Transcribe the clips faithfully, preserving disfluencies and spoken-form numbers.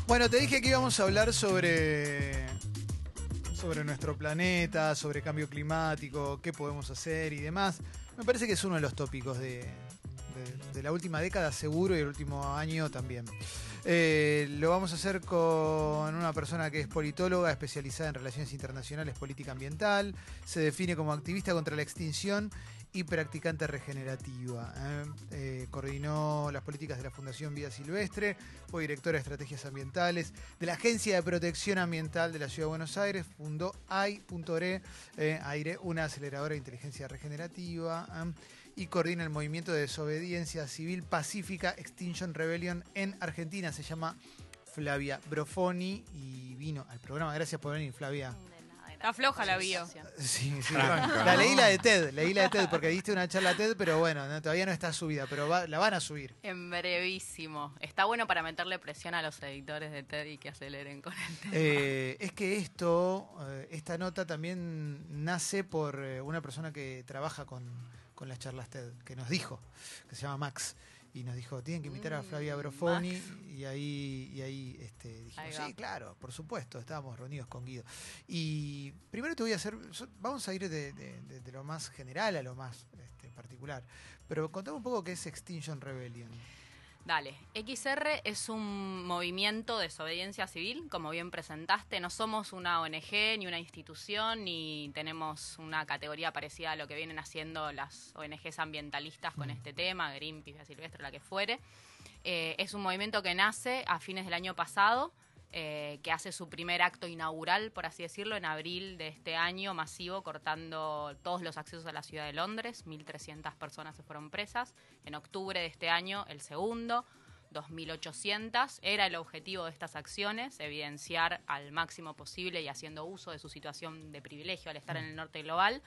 Bueno, te dije que íbamos a hablar sobre, sobre nuestro planeta, sobre cambio climático, qué podemos hacer y demás. Me parece que es uno de los tópicos de, de, de la última década, seguro, y el último año también. Eh, lo vamos a hacer con una persona que es politóloga, especializada en relaciones internacionales, política ambiental. Se define como activista contra la extinción y practicante regenerativa. ¿eh? Eh, coordinó las políticas de la Fundación Vida Silvestre, fue directora de estrategias ambientales de la Agencia de Protección Ambiental de la Ciudad de Buenos Aires, fundó A I punto O R E, eh, AIRE, una aceleradora de inteligencia regenerativa, ¿eh? y coordina el movimiento de desobediencia civil pacífica Extinction Rebellion en Argentina. Se llama Flavia Brofoni y vino al programa. Gracias por venir, Flavia. Está floja la bio. Sí, sí. La leí la de TED, leí la de TED porque diste una charla TED, pero bueno, no, todavía no está subida, pero va, la van a subir. En brevísimo. Está bueno para meterle presión a los editores de TED y que aceleren con el tema. Eh, es que esto, eh, esta nota también nace por eh, una persona que trabaja con, con las charlas TED, que nos dijo, que se llama Max. Y nos dijo, tienen que invitar a Flavia Brofoni. Max. Y ahí, y ahí este, dijimos, ahí sí, claro, por supuesto, estábamos reunidos con Guido. Y primero te voy a hacer, vamos a ir de, de, de, de lo más general a lo más este, particular. Pero contame un poco qué es Extinction Rebellion. Dale, X R es un movimiento de desobediencia civil, como bien presentaste. No somos una O N G, ni una institución, ni tenemos una categoría parecida a lo que vienen haciendo las O N Ges ambientalistas con mm. este tema, Greenpeace, Vida Silvestre, la que fuere. Eh, es un movimiento que nace a fines del año pasado, eh, que hace su primer acto inaugural, por así decirlo, en abril de este año, masivo, cortando todos los accesos a la ciudad de Londres. mil trescientas personas se fueron presas. En octubre de este año, el segundo, dos mil ochocientas. Era el objetivo de estas acciones, evidenciar al máximo posible y haciendo uso de su situación de privilegio al estar en el norte global,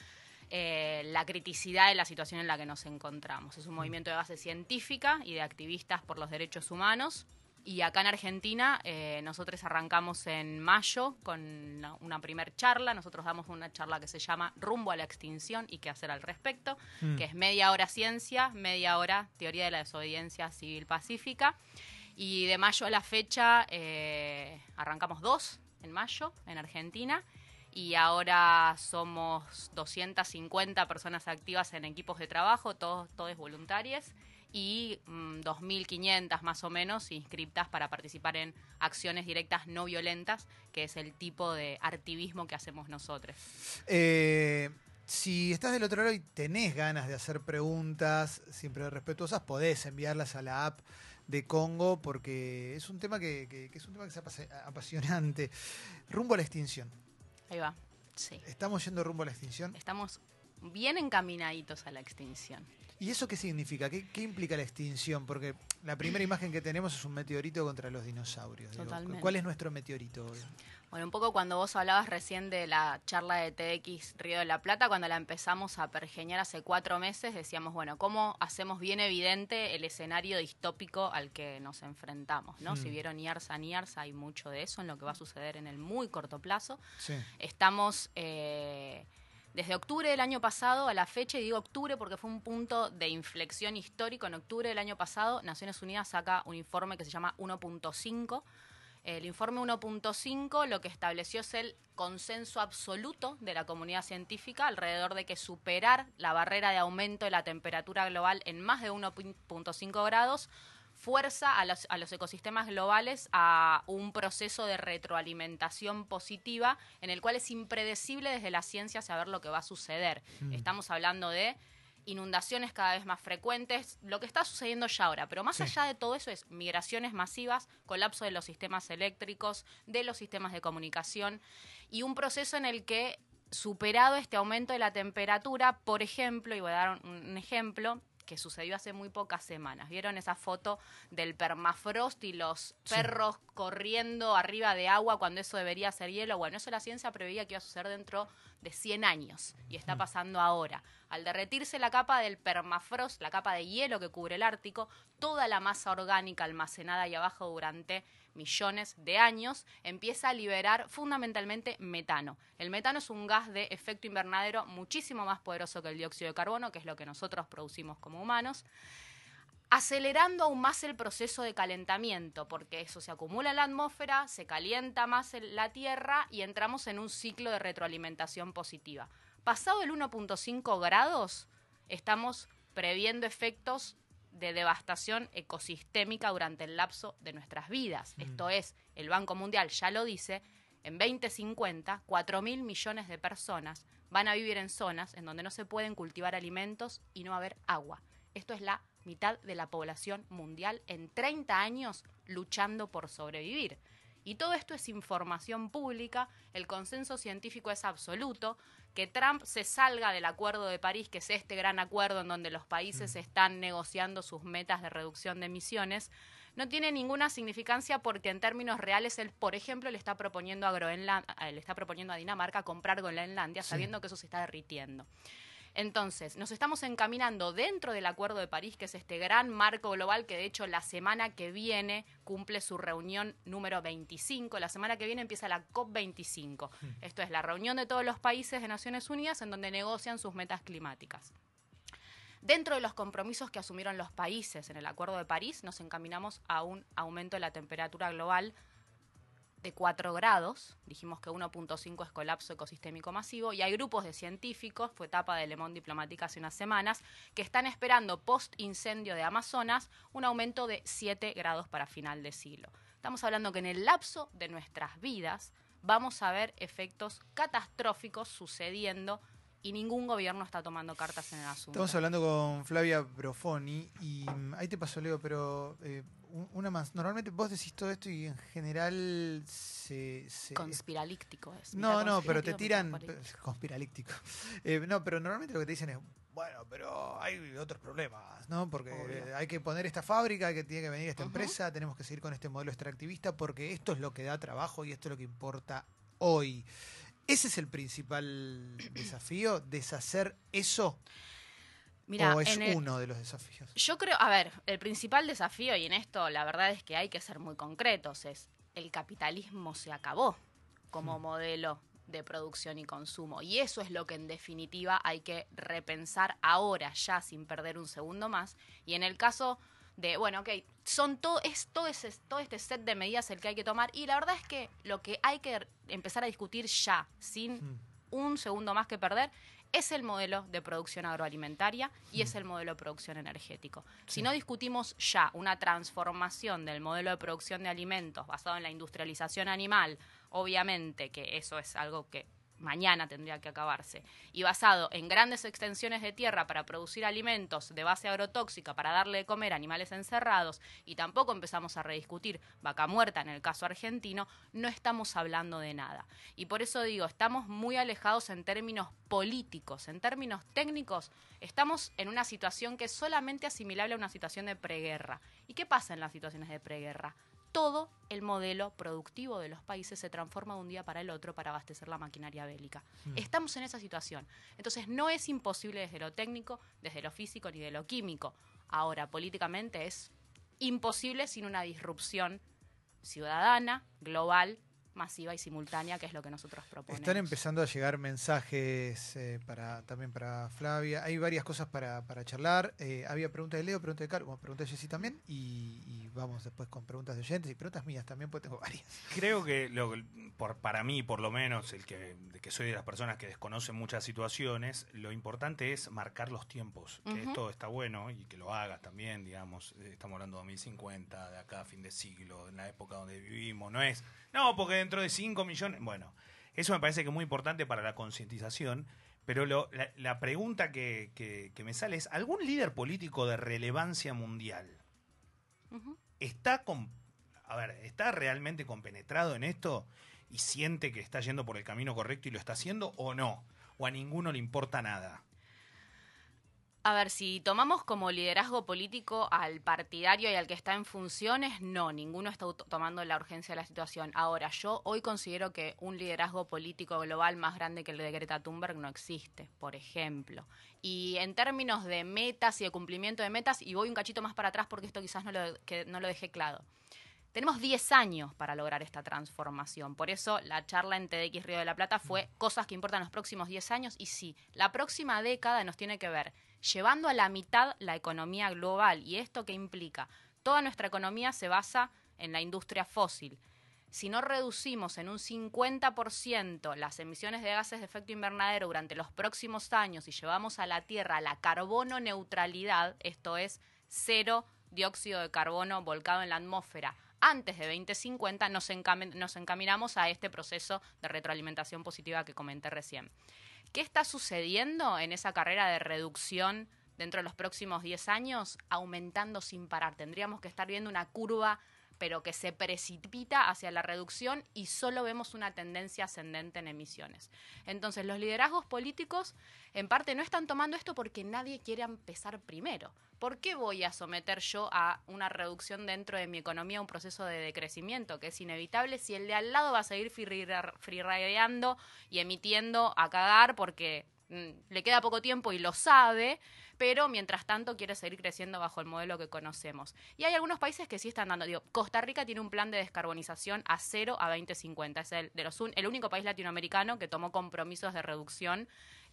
eh, la criticidad de la situación en la que nos encontramos. Es un movimiento de base científica y de activistas por los derechos humanos. Y acá en Argentina, eh, nosotros arrancamos en mayo con una, una primer charla. Nosotros damos una charla que se llama Rumbo a la extinción y qué hacer al respecto, mm. que es media hora ciencia, media hora teoría de la desobediencia civil pacífica. Y de mayo a la fecha eh, arrancamos dos en mayo en Argentina. Y ahora somos doscientas cincuenta personas activas en equipos de trabajo, todos, todos voluntarios. Y mmm, dos mil quinientas más o menos inscriptas para participar en acciones directas no violentas, que es el tipo de activismo que hacemos nosotros. Eh, si estás del otro lado y tenés ganas de hacer preguntas siempre respetuosas, podés enviarlas a la app de Congo, porque es un tema que, que, que es un tema que es apasionante. Rumbo a la extinción. Ahí va, sí. ¿Estamos yendo rumbo a la extinción? Estamos bien encaminaditos a la extinción. ¿Y eso qué significa? ¿Qué, qué implica la extinción? Porque la primera imagen que tenemos es un meteorito contra los dinosaurios. Totalmente. Digo, ¿cuál es nuestro meteorito? Bueno, un poco cuando vos hablabas recién de la charla de T X Río de la Plata, cuando la empezamos a pergeñar hace cuatro meses, decíamos, bueno, ¿cómo hacemos bien evidente el escenario distópico al que nos enfrentamos? ¿no? Hmm. Si vieron IARSA, NIARSA, hay mucho de eso en lo que va a suceder en el muy corto plazo. Sí. Estamos... Eh, Desde octubre del año pasado a la fecha, y digo octubre porque fue un punto de inflexión histórico, en octubre del año pasado Naciones Unidas saca un informe que se llama uno punto cinco. El informe uno punto cinco lo que estableció es el consenso absoluto de la comunidad científica alrededor de que superar la barrera de aumento de la temperatura global en más de uno punto cinco grados fuerza a los, a los ecosistemas globales a un proceso de retroalimentación positiva en el cual es impredecible desde la ciencia saber lo que va a suceder. Mm. Estamos hablando de inundaciones cada vez más frecuentes, lo que está sucediendo ya ahora, pero más sí. allá de todo eso es migraciones masivas, colapso de los sistemas eléctricos, de los sistemas de comunicación y un proceso en el que, superado este aumento de la temperatura, por ejemplo, y voy a dar un, un ejemplo, que sucedió hace muy pocas semanas. ¿Vieron esa foto del permafrost y los perros sí. corriendo arriba de agua cuando eso debería ser hielo? Bueno, eso la ciencia preveía que iba a suceder dentro de cien años y está pasando ahora. Al derretirse la capa del permafrost, la capa de hielo que cubre el Ártico, toda la masa orgánica almacenada ahí abajo durante millones de años empieza a liberar fundamentalmente metano. El metano es un gas de efecto invernadero muchísimo más poderoso que el dióxido de carbono, que es lo que nosotros producimos como humanos. acelerando aún más el proceso de calentamiento, porque eso se acumula en la atmósfera, se calienta más el, la Tierra y entramos en un ciclo de retroalimentación positiva. Pasado el uno punto cinco grados, estamos previendo efectos de devastación ecosistémica durante el lapso de nuestras vidas. Mm. Esto es, el Banco Mundial ya lo dice, en veinte cincuenta, cuatro mil millones de personas van a vivir en zonas en donde no se pueden cultivar alimentos y no va a haber agua. Esto es la mitad de la población mundial en treinta años luchando por sobrevivir. Y todo esto es información pública, el consenso científico es absoluto. Que Trump se salga del Acuerdo de París, que es este gran acuerdo en donde los países están negociando sus metas de reducción de emisiones, no tiene ninguna significancia porque en términos reales él, por ejemplo, le está proponiendo a Groenlandia, le está proponiendo a Dinamarca comprar Groenlandia, sabiendo sí. que eso se está derritiendo. Entonces, nos estamos encaminando dentro del Acuerdo de París, que es este gran marco global que de hecho la semana que viene cumple su reunión número veinticinco. La semana que viene empieza la COP veinticinco. Mm. Esto es la reunión de todos los países de Naciones Unidas en donde negocian sus metas climáticas. Dentro de los compromisos que asumieron los países en el Acuerdo de París, nos encaminamos a un aumento de la temperatura global de cuatro grados, dijimos que uno punto cinco es colapso ecosistémico masivo, y hay grupos de científicos, fue etapa de Le Monde Diplomatique hace unas semanas, que están esperando post-incendio de Amazonas un aumento de siete grados para final de siglo. Estamos hablando que en el lapso de nuestras vidas vamos a ver efectos catastróficos sucediendo y ningún gobierno está tomando cartas en el asunto. Estamos hablando con Flavia Brofoni y ahí te pasó, Leo, pero eh, una más. Normalmente vos decís todo esto y en general se... se... Conspiralíptico es. No, no, pero te tiran... Conspiralíptico. Eh, no, pero normalmente lo que te dicen es, bueno, pero hay otros problemas, ¿no? Porque Obvio. hay que poner esta fábrica, que tiene que venir esta uh-huh. empresa, tenemos que seguir con este modelo extractivista porque esto es lo que da trabajo y esto es lo que importa hoy. ¿Ese es el principal desafío? ¿Deshacer eso? Mirá, ¿O es el, uno de los desafíos? Yo creo, a ver, el principal desafío, y en esto la verdad es que hay que ser muy concretos, es el capitalismo se acabó como mm. modelo de producción y consumo. Y eso es lo que en definitiva hay que repensar ahora, ya sin perder un segundo más. Y en el caso de, bueno, ok, son todo, es todo, ese, todo este set de medidas el que hay que tomar. Y la verdad es que lo que hay que empezar a discutir ya, sin mm. un segundo más que perder, es el modelo de producción agroalimentaria y mm. es el modelo de producción energético. Sí. Si no discutimos ya una transformación del modelo de producción de alimentos basado en la industrialización animal, obviamente que eso es algo que mañana tendría que acabarse, y basado en grandes extensiones de tierra para producir alimentos de base agrotóxica para darle de comer a animales encerrados, y tampoco empezamos a rediscutir vaca muerta en el caso argentino, no estamos hablando de nada. Y por eso digo, estamos muy alejados en términos políticos, en términos técnicos, estamos en una situación que es solamente asimilable a una situación de preguerra. ¿Y qué pasa en las situaciones de preguerra? Todo el modelo productivo de los países se transforma de un día para el otro para abastecer la maquinaria bélica. Mm. Estamos en esa situación. Entonces no es imposible desde lo técnico, desde lo físico ni de lo químico. Ahora, políticamente es imposible sin una disrupción ciudadana, global, masiva y simultánea, que es lo que nosotros proponemos. Están empezando a llegar mensajes eh, para también para Flavia. Hay varias cosas para, para charlar. Eh, había preguntas de Leo, preguntas de Carlos, bueno, preguntas de Jessy también. Y, y vamos después con preguntas de oyentes y preguntas mías también, porque tengo varias. Creo que lo, por, para mí, por lo menos, el que, que soy de las personas que desconocen muchas situaciones, lo importante es marcar los tiempos. Que uh-huh. esto está bueno y que lo hagas también, digamos. Estamos hablando de dos mil cincuenta, de acá a fin de siglo, en la época donde vivimos. No es... No, porque dentro de cinco millones... Bueno, eso me parece que es muy importante para la concientización, pero lo, la, la pregunta que, que, que me sale es, ¿algún líder político de relevancia mundial uh-huh. está con, a ver, está realmente compenetrado en esto y siente que está yendo por el camino correcto y lo está haciendo o no? ¿O a ninguno le importa nada? A ver, si tomamos como liderazgo político al partidario y al que está en funciones, no, ninguno está tomando la urgencia de la situación. Ahora, yo hoy considero que un liderazgo político global más grande que el de Greta Thunberg no existe, por ejemplo. Y en términos de metas y de cumplimiento de metas, y voy un cachito más para atrás porque esto quizás no lo, que no lo dejé claro. Tenemos diez años para lograr esta transformación. Por eso la charla en T D X Río de la Plata fue cosas que importan los próximos diez años. Y sí, la próxima década nos tiene que ver llevando a la mitad la economía global. ¿Y esto qué implica? Toda nuestra economía se basa en la industria fósil. Si no reducimos en un cincuenta por ciento las emisiones de gases de efecto invernadero durante los próximos años y llevamos a la Tierra la carbono neutralidad, esto es cero dióxido de carbono volcado en la atmósfera, antes de veinte cincuenta, nos, encam- nos encaminamos a este proceso de retroalimentación positiva que comenté recién. ¿Qué está sucediendo en esa carrera de reducción dentro de los próximos diez años? Aumentando sin parar. Tendríamos que estar viendo una curva, pero que se precipita hacia la reducción y solo vemos una tendencia ascendente en emisiones. Entonces, los liderazgos políticos, en parte, no están tomando esto porque nadie quiere empezar primero. ¿Por qué voy a someter yo a una reducción dentro de mi economía, a un proceso de decrecimiento que es inevitable, si el de al lado va a seguir freerideando y emitiendo a cagar porque mmm, le queda poco tiempo y lo sabe, pero mientras tanto quiere seguir creciendo bajo el modelo que conocemos? Y hay algunos países que sí están dando, digo, Costa Rica tiene un plan de descarbonización a cero a veinte cincuenta, es el, de los un, el único país latinoamericano que tomó compromisos de reducción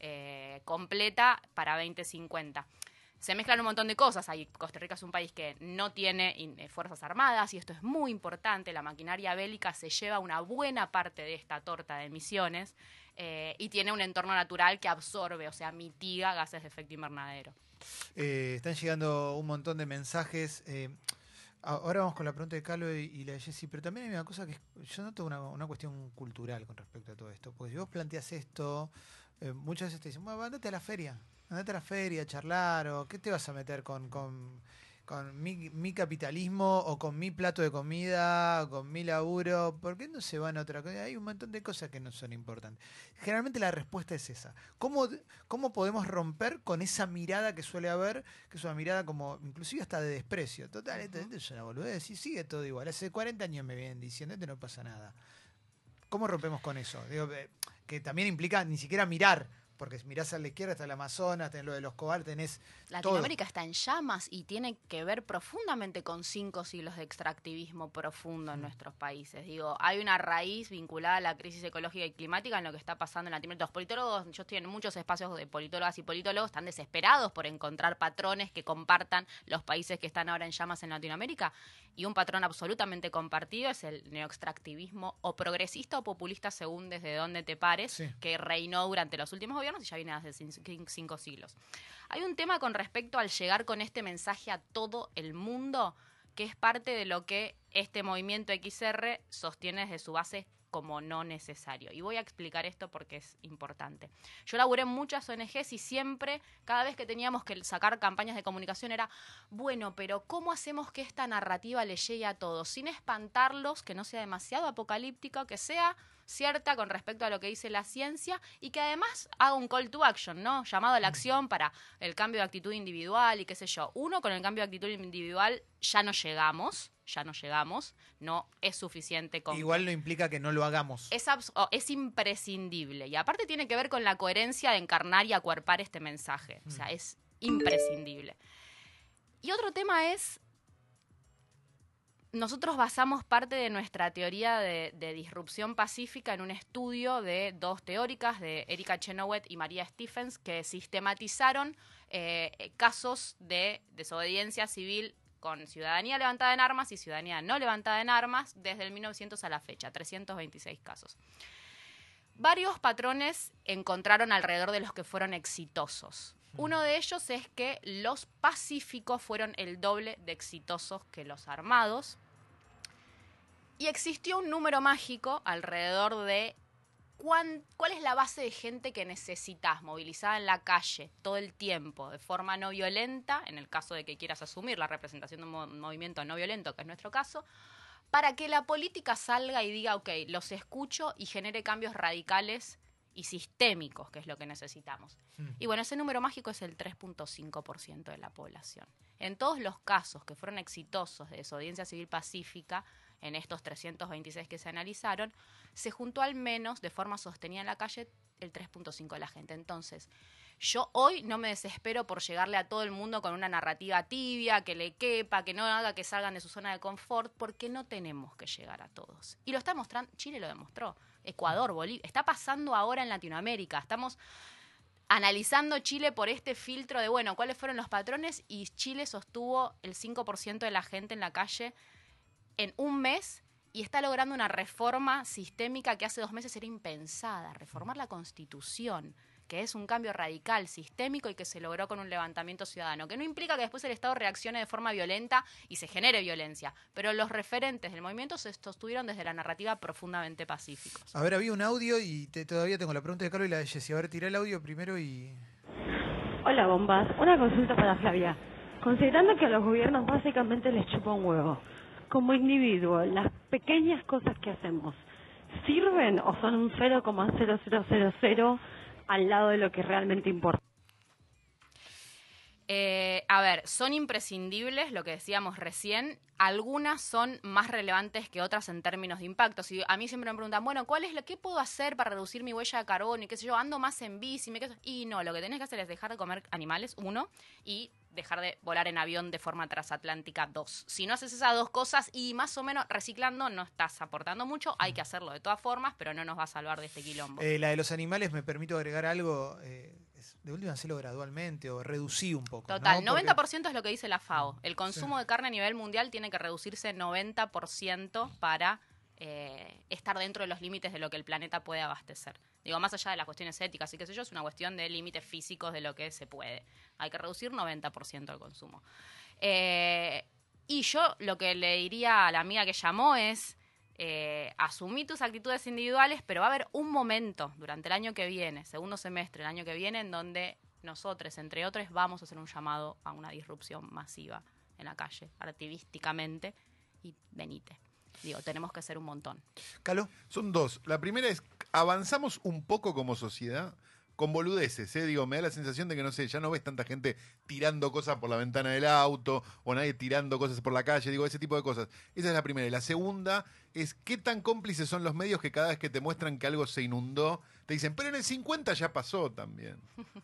eh, completa para veinte cincuenta. Se mezclan un montón de cosas. Ahí Costa Rica es un país que no tiene eh, fuerzas armadas, y esto es muy importante. La maquinaria bélica se lleva una buena parte de esta torta de emisiones eh, y tiene un entorno natural que absorbe, o sea, mitiga gases de efecto invernadero. Eh, están llegando un montón de mensajes. Eh, ahora vamos con la pregunta de Calo y, y la de Jessy, pero también hay una cosa que es, yo noto una, una cuestión cultural con respecto a todo esto. Porque si vos planteas esto, eh, muchas veces te dicen, bueno, andate a la feria. Andate a la feria a charlar, o ¿qué te vas a meter con, con, con mi, mi capitalismo o con mi plato de comida o con mi laburo? ¿Por qué no se van a otra cosa? Hay un montón de cosas que no son importantes. Generalmente la respuesta es esa. ¿Cómo, cómo podemos romper con esa mirada que suele haber, que es una mirada como inclusive hasta de desprecio? Total, esto, esto es una boludez y sigue todo igual. Hace cuarenta años me vienen diciendo, esto no pasa nada. ¿Cómo rompemos con eso? Digo, eh, que también implica ni siquiera mirar. Porque si mirás a la izquierda está el Amazonas, tenés lo de los Cobalt, tenés Latinoamérica todo. Está en llamas y tiene que ver profundamente con cinco siglos de extractivismo profundo en mm. nuestros países. Digo, hay una raíz vinculada a la crisis ecológica y climática en lo que está pasando en Latinoamérica. Los politólogos, yo estoy en muchos espacios de politólogas y politólogos, están desesperados por encontrar patrones que compartan los países que están ahora en llamas en Latinoamérica. Y un patrón absolutamente compartido es el neoextractivismo o progresista o populista, según desde dónde te pares, sí. que reinó durante los últimos gobiernos y ya viene hace cinco siglos. Hay un tema con respecto al llegar con este mensaje a todo el mundo, que es parte de lo que este movimiento X R sostiene desde su base como no necesario. Y voy a explicar esto porque es importante. Yo laburé en muchas O N Ges y siempre, cada vez que teníamos que sacar campañas de comunicación era, bueno, pero ¿cómo hacemos que esta narrativa le llegue a todos? Sin espantarlos, que no sea demasiado apocalíptica, que sea cierta con respecto a lo que dice la ciencia y que además haga un call to action, ¿no? Llamado a la acción para el cambio de actitud individual y qué sé yo. Uno, con el cambio de actitud individual ya no llegamos, ya no llegamos, no es suficiente con... Igual no implica que no lo hagamos. Es, abs- oh, es imprescindible y aparte tiene que ver con la coherencia de encarnar y acuerpar este mensaje, o sea, es imprescindible. Y otro tema es... Nosotros basamos parte de nuestra teoría de, de disrupción pacífica en un estudio de dos teóricas, de Erika Chenoweth y María Stephens, que sistematizaron eh, casos de desobediencia civil con ciudadanía levantada en armas y ciudadanía no levantada en armas desde el mil novecientos a la fecha, trescientos veintiséis casos. Varios patrones encontraron alrededor de los que fueron exitosos. Uno de ellos es que los pacíficos fueron el doble de exitosos que los armados. Y existió un número mágico alrededor de cuán, cuál es la base de gente que necesitas movilizada en la calle todo el tiempo, de forma no violenta, en el caso de que quieras asumir la representación de un mo- movimiento no violento, que es nuestro caso, para que la política salga y diga, ok, los escucho y genere cambios radicales y sistémicos, que es lo que necesitamos. Mm. Y bueno, ese número mágico es el tres punto cinco por ciento de la población. En todos los casos que fueron exitosos de desobediencia civil pacífica, en estos trescientos veintiséis que se analizaron, se juntó al menos de forma sostenida en la calle el tres punto cinco por ciento de la gente. Entonces, yo hoy no me desespero por llegarle a todo el mundo con una narrativa tibia, que le quepa, que no haga que salgan de su zona de confort, porque no tenemos que llegar a todos. Y lo está mostrando, Chile lo demostró, Ecuador, Bolivia, está pasando ahora en Latinoamérica. Estamos, analizando Chile por este filtro de, bueno, ¿cuáles fueron los patrones? Y Chile sostuvo el cinco por ciento de la gente en la calle en un mes y está logrando una reforma sistémica que hace dos meses era impensada, reformar la Constitución, que es un cambio radical, sistémico y que se logró con un levantamiento ciudadano, que no implica que después el Estado reaccione de forma violenta y se genere violencia, pero los referentes del movimiento se sostuvieron desde la narrativa profundamente pacíficos. A ver, había un audio y te, todavía tengo la pregunta de Carlos y la de Jessy. A ver, tirá el audio primero y... Hola, bombas. Una consulta para Flavia. Considerando que a los gobiernos básicamente les chupa un huevo, como individuo, las pequeñas cosas que hacemos, ¿sirven o son un cero coma cero cero cero cero al lado de lo que realmente importa? Eh, a ver, son imprescindibles, lo que decíamos recién. Algunas son más relevantes que otras en términos de impacto. Si a mí siempre me preguntan, bueno, ¿cuál es lo que puedo hacer para reducir mi huella de carbono? Y qué sé yo, ando más en bici. Me quedo... Y no, lo que tenés que hacer es dejar de comer animales, uno, y dejar de volar en avión de forma transatlántica, dos. Si no haces esas dos cosas y más o menos reciclando, no estás aportando mucho. Hay que hacerlo de todas formas, pero no nos va a salvar de este quilombo. Eh, la de los animales, me permito agregar algo... Eh... de última hacerlo gradualmente o reducir un poco. Total, ¿no? noventa por ciento es lo que dice la FAO. El consumo Sí. de carne a nivel mundial tiene que reducirse noventa por ciento para eh, estar dentro de los límites de lo que el planeta puede abastecer. Digo, más allá de las cuestiones éticas y qué sé yo, es una cuestión de límites físicos de lo que se puede. Hay que reducir noventa por ciento el consumo. Eh, y yo lo que le diría a la amiga que llamó es... Eh, asumí tus actitudes individuales, pero va a haber un momento durante el año que viene, segundo semestre el año que viene, en donde nosotros, entre otros, vamos a hacer un llamado a una disrupción masiva en la calle, activísticamente, y venite. Digo, tenemos que ser un montón. ¿Calo? Son dos. La primera es, avanzamos un poco como sociedad con boludeces, ¿eh? Digo, me da la sensación de que, no sé, ya no ves tanta gente tirando cosas por la ventana del auto o nadie tirando cosas por la calle, digo, ese tipo de cosas. Esa es la primera. Y la segunda es, ¿qué tan cómplices son los medios que cada vez que te muestran que algo se inundó, te dicen, pero en el cincuenta ya pasó también?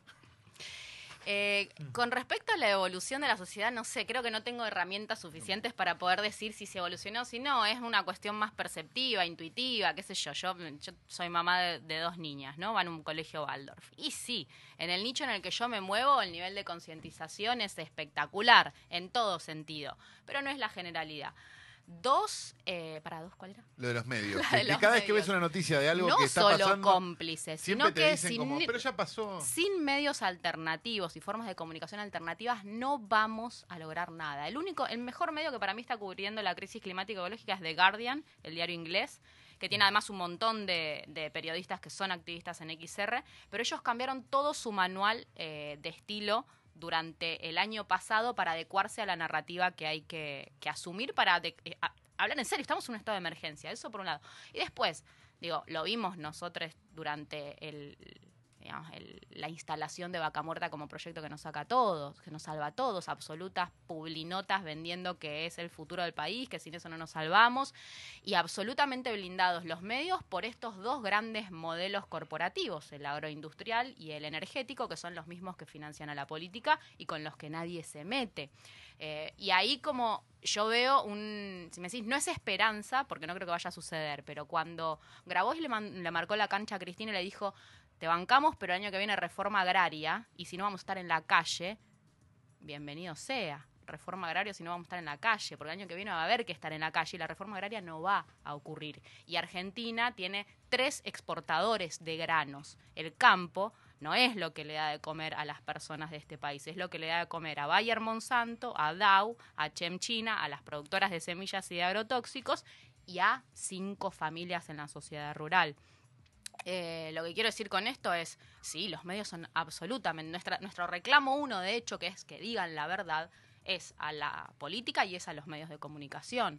Eh, con respecto a la evolución de la sociedad, no sé, creo que no tengo herramientas suficientes para poder decir si se evolucionó o si no. Es una cuestión más perceptiva, intuitiva, qué sé yo. Yo, yo soy mamá de, de dos niñas, ¿no? Van a un colegio Waldorf. Y sí, en el nicho en el que yo me muevo, el nivel de concientización es espectacular, en todo sentido. Pero no es la generalidad. Dos, eh, para dos, ¿cuál era? Lo de los medios. La Que, de que los cada vez que medios. ves una noticia de algo No que está solo pasando, cómplices, siempre sino te que dicen sin, como, pero ya pasó. sin medios alternativos y formas de comunicación alternativas no vamos a lograr nada. El único, el mejor medio que para mí está cubriendo la crisis climática ecológica es The Guardian, el diario inglés, que tiene además un montón de, de periodistas que son activistas en X R, pero ellos cambiaron todo su manual eh, de estilo durante el año pasado para adecuarse a la narrativa que hay que, que asumir para de, eh, a, hablar en serio. Estamos en un estado de emergencia, eso por un lado. Y después, digo, lo vimos nosotros durante el, digamos, el, la instalación de Vaca Muerta como proyecto que nos saca a todos, que nos salva a todos, absolutas publinotas vendiendo que es el futuro del país, que sin eso no nos salvamos, y absolutamente blindados los medios por estos dos grandes modelos corporativos, el agroindustrial y el energético, que son los mismos que financian a la política y con los que nadie se mete. Eh, y ahí como yo veo un, si me decís, no es esperanza, porque no creo que vaya a suceder, pero cuando Grabois le, man, le marcó la cancha a Cristina y le dijo, te bancamos, pero el año que viene reforma agraria, y si no vamos a estar en la calle, bienvenido sea. Reforma agraria si no vamos a estar en la calle, porque el año que viene va a haber que estar en la calle y la reforma agraria no va a ocurrir. Y Argentina tiene tres exportadores de granos. El campo no es lo que le da de comer a las personas de este país, es lo que le da de comer a Bayer Monsanto, a Dow, a Chemchina, a las productoras de semillas y de agrotóxicos y a cinco familias en la sociedad rural. Eh, lo que quiero decir con esto es, sí, los medios son absolutamente, nuestra, nuestro reclamo uno, de hecho, que es que digan la verdad, es a la política y es a los medios de comunicación.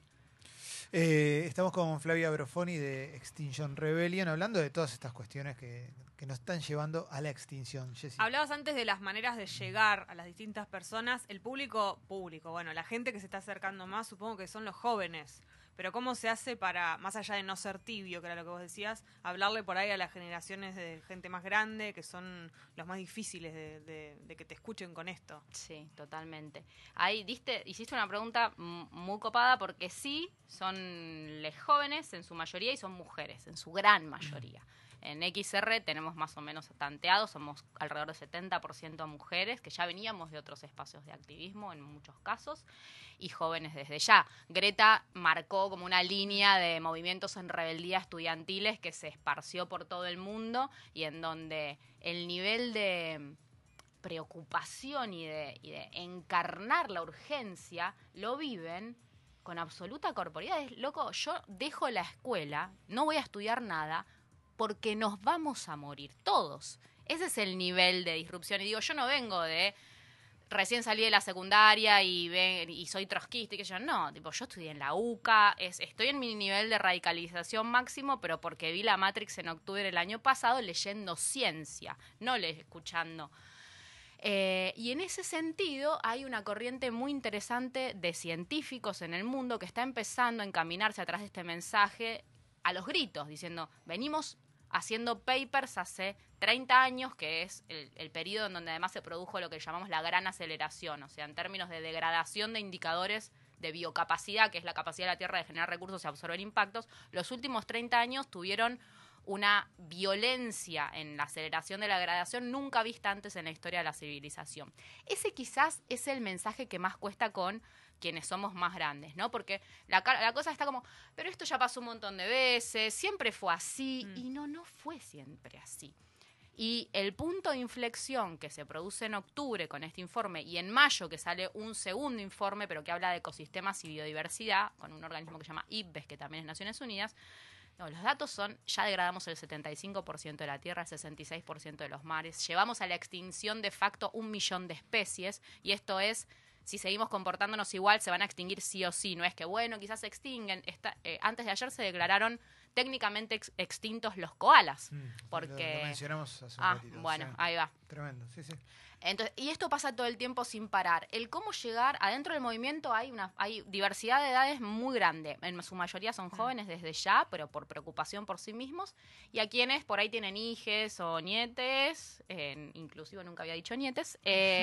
Eh, estamos con Flavia Brofoni de Extinction Rebellion, hablando de todas estas cuestiones que, que nos están llevando a la extinción. Jessy. Hablabas antes de las maneras de llegar a las distintas personas. El público, público, bueno, la gente que se está acercando más, supongo que son los jóvenes. Pero ¿cómo se hace para, más allá de no ser tibio, que era lo que vos decías, hablarle por ahí a las generaciones de gente más grande, que son los más difíciles de, de, de que te escuchen con esto? Sí, totalmente. Ahí diste, hiciste una pregunta muy copada, porque sí, son les jóvenes en su mayoría y son mujeres en su gran mayoría. en X R tenemos más o menos tanteados, somos alrededor de setenta por ciento mujeres, que ya veníamos de otros espacios de activismo en muchos casos, y jóvenes desde ya. Greta marcó como una línea de movimientos en rebeldía estudiantiles que se esparció por todo el mundo y en donde el nivel de preocupación y de, y de encarnar la urgencia lo viven con absoluta corporeidad. Es, loco, yo dejo la escuela, no voy a estudiar nada, porque nos vamos a morir todos. Ese es el nivel de disrupción. Y digo, yo no vengo de recién salí de la secundaria y, ven, y soy trotskista y que yo, no, tipo, yo estudié en la U C A, es, estoy en mi nivel de radicalización máximo, pero porque vi la Matrix en octubre del año pasado leyendo ciencia, no le escuchando. Eh, y en ese sentido hay una corriente muy interesante de científicos en el mundo que está empezando a encaminarse atrás de este mensaje a los gritos, diciendo, venimos haciendo papers hace treinta años, que es el, el periodo en donde además se produjo lo que llamamos la gran aceleración, o sea, en términos de degradación de indicadores de biocapacidad, que es la capacidad de la Tierra de generar recursos y absorber impactos, los últimos treinta años tuvieron una violencia en la aceleración de la degradación nunca vista antes en la historia de la civilización. Ese quizás es el mensaje que más cuesta con quienes somos más grandes, ¿no? Porque la, la cosa está como, pero esto ya pasó un montón de veces, siempre fue así, mm. y no, no fue siempre así. Y el punto de inflexión que se produce en octubre con este informe y en mayo que sale un segundo informe, pero que habla de ecosistemas y biodiversidad, con un organismo que se llama I P B E S, que también es Naciones Unidas. No, los datos son, ya degradamos el setenta y cinco por ciento de la tierra, el sesenta y seis por ciento de los mares, llevamos a la extinción de facto un millón de especies, y esto es, si seguimos comportándonos igual, se van a extinguir sí o sí, no es que, bueno, quizás se extinguen. Esta, eh, antes de ayer se declararon técnicamente ex extintos los koalas, mm, porque... Lo, lo mencionamos hace un ah, ratito. bueno, sí. Ahí va. Tremendo, sí, sí. Entonces, y esto pasa todo el tiempo sin parar. El cómo llegar, adentro del movimiento hay una hay diversidad de edades muy grande. En su mayoría son jóvenes desde ya, pero por preocupación por sí mismos. Y a quienes por ahí tienen hijes o nietes, eh, inclusive nunca había dicho nietes,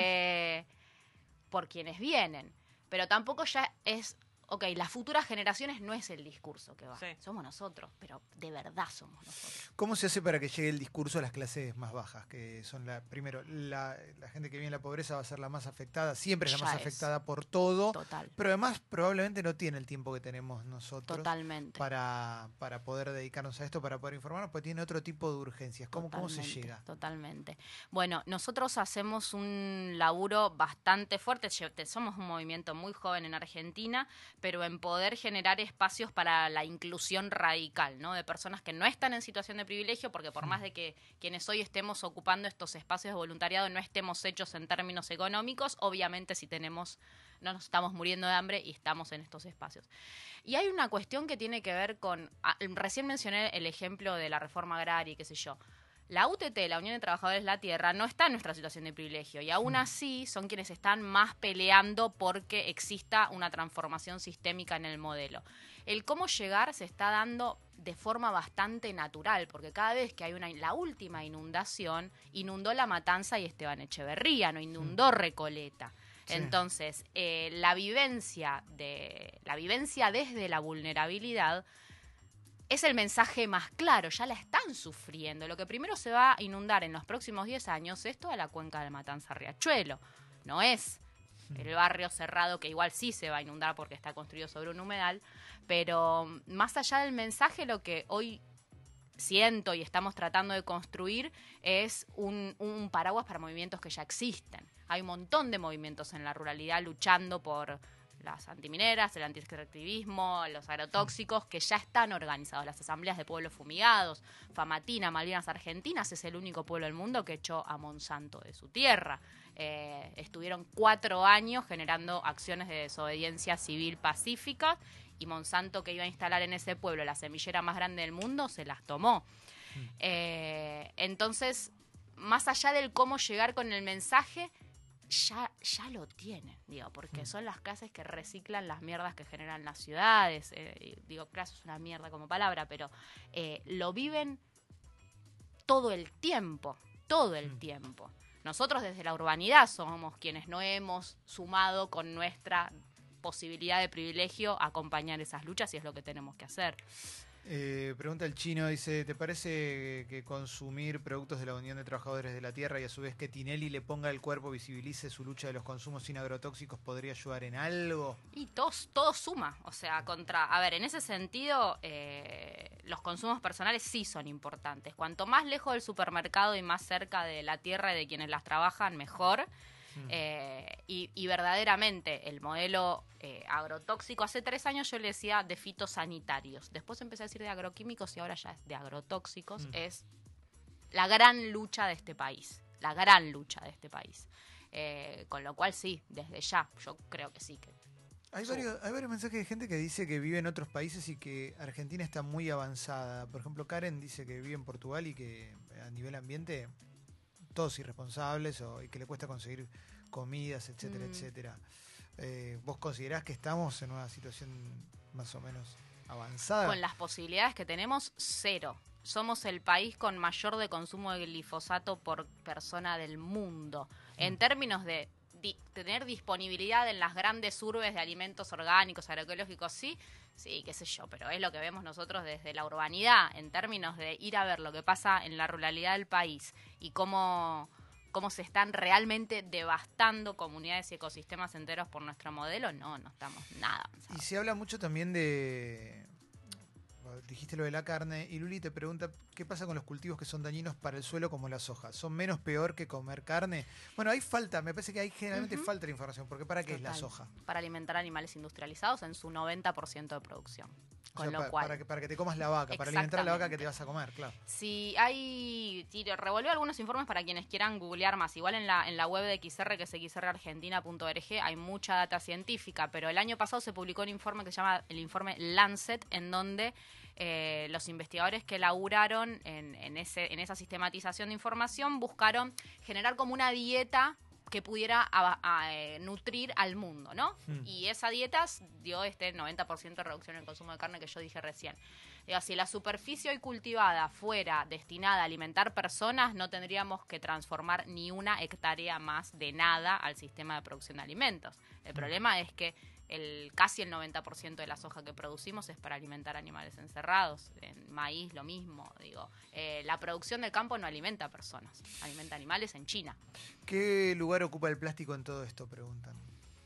eh, por quienes vienen. Pero tampoco ya es... Ok, las futuras generaciones no es el discurso que va. Sí. Somos nosotros, pero de verdad somos nosotros. ¿Cómo se hace para que llegue el discurso a las clases más bajas? Que son la, primero, la, la gente que vive en la pobreza va a ser la más afectada, siempre es la ya más es. afectada por todo. Total. Pero además probablemente no tiene el tiempo que tenemos nosotros. Totalmente. Para, para poder dedicarnos a esto, para poder informarnos, porque tiene otro tipo de urgencias. ¿Cómo, ¿cómo se llega? Totalmente. Bueno, nosotros hacemos un laburo bastante fuerte. Somos un movimiento muy joven en Argentina, pero en poder generar espacios para la inclusión radical, ¿no? De personas que no están en situación de privilegio, porque por más de que quienes hoy estemos ocupando estos espacios de voluntariado no estemos hechos en términos económicos, obviamente si tenemos, no nos estamos muriendo de hambre y estamos en estos espacios. Y hay una cuestión que tiene que ver con, recién mencioné el ejemplo de la reforma agraria y qué sé yo. La U T T, la Unión de Trabajadores de la Tierra, no está en nuestra situación de privilegio y aún así son quienes están más peleando porque exista una transformación sistémica en el modelo. El cómo llegar se está dando de forma bastante natural, porque cada vez que hay una la última inundación, inundó La Matanza y Esteban Echeverría, no inundó Recoleta. Sí. Entonces, eh, la vivencia de la vivencia desde la vulnerabilidad es el mensaje más claro, ya la están sufriendo. Lo que primero se va a inundar en los próximos diez años es toda la cuenca del Matanza-Riachuelo. No es el barrio cerrado, que igual sí se va a inundar porque está construido sobre un humedal, pero más allá del mensaje, lo que hoy siento y estamos tratando de construir es un, un paraguas para movimientos que ya existen. Hay un montón de movimientos en la ruralidad luchando por las antimineras, el antiextractivismo, los agrotóxicos, que ya están organizados. Las asambleas de pueblos fumigados, Famatina, Malvinas Argentinas, es el único pueblo del mundo que echó a Monsanto de su tierra. Eh, estuvieron cuatro años generando acciones de desobediencia civil pacífica y Monsanto, que iba a instalar en ese pueblo la semillera más grande del mundo, se las tomó. Mm. Eh, entonces, más allá del cómo llegar con el mensaje, Ya, ya lo tienen, digo, porque mm. son las clases que reciclan las mierdas que generan las ciudades. Eh, digo, clase es una mierda como palabra, pero eh, lo viven todo el tiempo, todo el mm. tiempo. Nosotros desde la urbanidad somos quienes no hemos sumado con nuestra posibilidad de privilegio a acompañar esas luchas y es lo que tenemos que hacer. Eh, pregunta el chino, dice, ¿te parece que consumir productos de la Unión de Trabajadores de la Tierra y a su vez que Tinelli le ponga el cuerpo, visibilice su lucha de los consumos sin agrotóxicos podría ayudar en algo? Y todo, todo suma, o sea, contra... A ver, en ese sentido, eh, los consumos personales sí son importantes. Cuanto más lejos del supermercado y más cerca de la tierra y de quienes las trabajan, mejor. Mm. Eh, y, y verdaderamente el modelo eh, agrotóxico, hace tres años yo le decía de fitosanitarios, después empecé a decir de agroquímicos y ahora ya es de agrotóxicos, mm. es la gran lucha de este país, la gran lucha de este país. Eh, con lo cual sí, desde ya, yo creo que sí. Que hay, varios, hay varios mensajes de gente que dice que vive en otros países y que Argentina está muy avanzada. Por ejemplo, Karen dice que vive en Portugal y que a nivel ambiente todos irresponsables o, y que le cuesta conseguir comidas, etcétera, mm. etcétera. Eh, ¿Vos considerás que estamos en una situación más o menos avanzada? Con las posibilidades que tenemos, cero. Somos el país con mayor de consumo de glifosato por persona del mundo. Mm. En términos de di- tener disponibilidad en las grandes urbes de alimentos orgánicos, agroecológicos, sí, sí, qué sé yo, pero es lo que vemos nosotros desde la urbanidad, en términos de ir a ver lo que pasa en la ruralidad del país y cómo, cómo se están realmente devastando comunidades y ecosistemas enteros por nuestro modelo, no, no estamos nada avanzados. Y se habla mucho también de... Dijiste lo de la carne y Luli te pregunta qué pasa con los cultivos que son dañinos para el suelo como la soja. ¿Son menos peor que comer carne? Bueno, hay falta, me parece que hay generalmente uh-huh. falta de información, porque ¿para qué Total. es la soja? Para alimentar animales industrializados en su noventa por ciento de producción. Con o sea, lo pa- cual, para, que, para que te comas la vaca, para alimentar a la vaca que te vas a comer, claro. Sí, hay... Revolvió algunos informes para quienes quieran googlear más. Igual en la, en la web de X R, que es x r argentina punto org, hay mucha data científica, pero el año pasado se publicó un informe que se llama el informe Lancet, en donde eh, los investigadores que laburaron en, en, ese, en esa sistematización de información buscaron generar como una dieta que pudiera a, a, eh, nutrir al mundo, ¿no? Mm. Y esa dieta dio este noventa por ciento de reducción en el consumo de carne que yo dije recién. Digo, si la superficie hoy cultivada fuera destinada a alimentar personas, no tendríamos que transformar ni una hectárea más de nada al sistema de producción de alimentos. El mm. problema es que el casi el noventa por ciento de la soja que producimos es para alimentar animales encerrados. En maíz lo mismo, digo. Eh, la producción del campo no alimenta personas, alimenta animales en China. ¿Qué lugar ocupa el plástico en todo esto? Preguntan.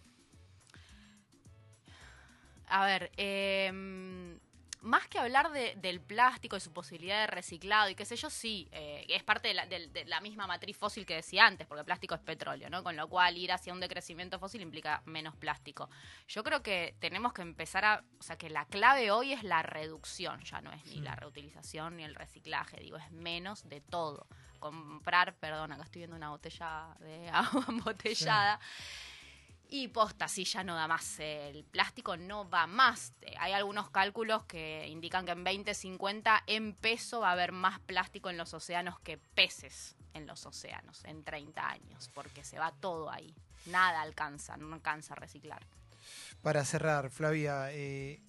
A ver, eh, más que hablar de, del plástico y su posibilidad de reciclado y qué sé yo, sí, eh, es parte de la, de, de la misma matriz fósil que decía antes, porque el plástico es petróleo, ¿no? Con lo cual ir hacia un decrecimiento fósil implica menos plástico. Yo creo que tenemos que empezar a... O sea, que la clave hoy es la reducción, ya no es ni sí. la reutilización ni el reciclaje, digo, es menos de todo. Comprar, perdón, acá estoy viendo una botella de agua embotellada. Sí. Y posta, sí, ya no da más. El plástico no va más. Hay algunos cálculos que indican que en veinte cincuenta en peso va a haber más plástico en los océanos que peces en los océanos en treinta años, porque se va todo ahí. Nada alcanza, no alcanza a reciclar. Para cerrar, Flavia, eh,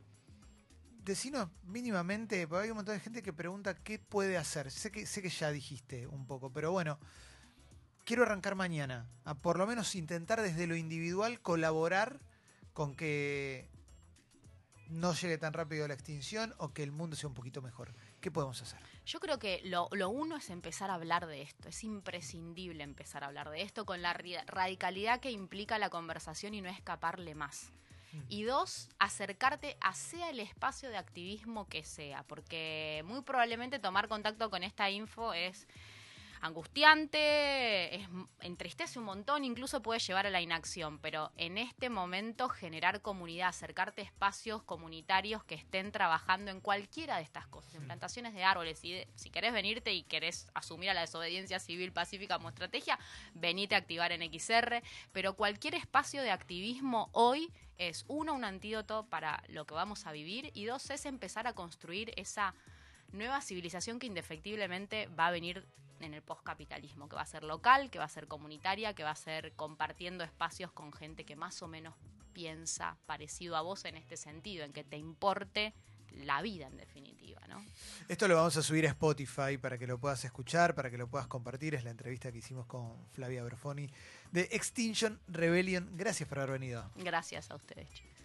decinos mínimamente, porque hay un montón de gente que pregunta qué puede hacer. Sé que, sé que ya dijiste un poco, pero bueno... Quiero arrancar mañana, a por lo menos intentar desde lo individual colaborar con que no llegue tan rápido la extinción o que el mundo sea un poquito mejor. ¿Qué podemos hacer? Yo creo que lo, lo uno es empezar a hablar de esto. Es imprescindible empezar a hablar de esto con la radicalidad que implica la conversación y no escaparle más. Mm. Y dos, acercarte a sea el espacio de activismo que sea, porque muy probablemente tomar contacto con esta info es... angustiante, es, entristece un montón, incluso puede llevar a la inacción, pero en este momento generar comunidad, acercarte a espacios comunitarios que estén trabajando en cualquiera de estas cosas, en plantaciones de árboles, y de, si querés venirte y querés asumir a la desobediencia civil pacífica como estrategia, venite a activar en X R, pero cualquier espacio de activismo hoy es, uno, un antídoto para lo que vamos a vivir, y dos, es empezar a construir esa nueva civilización que indefectiblemente va a venir en el postcapitalismo, que va a ser local, que va a ser comunitaria, que va a ser compartiendo espacios con gente que más o menos piensa parecido a vos en este sentido, en que te importe la vida en definitiva, ¿no? Esto lo vamos a subir a Spotify para que lo puedas escuchar, para que lo puedas compartir. Es la entrevista que hicimos con Flavia Berfoni de Extinction Rebellion. Gracias por haber venido. Gracias a ustedes, chicos.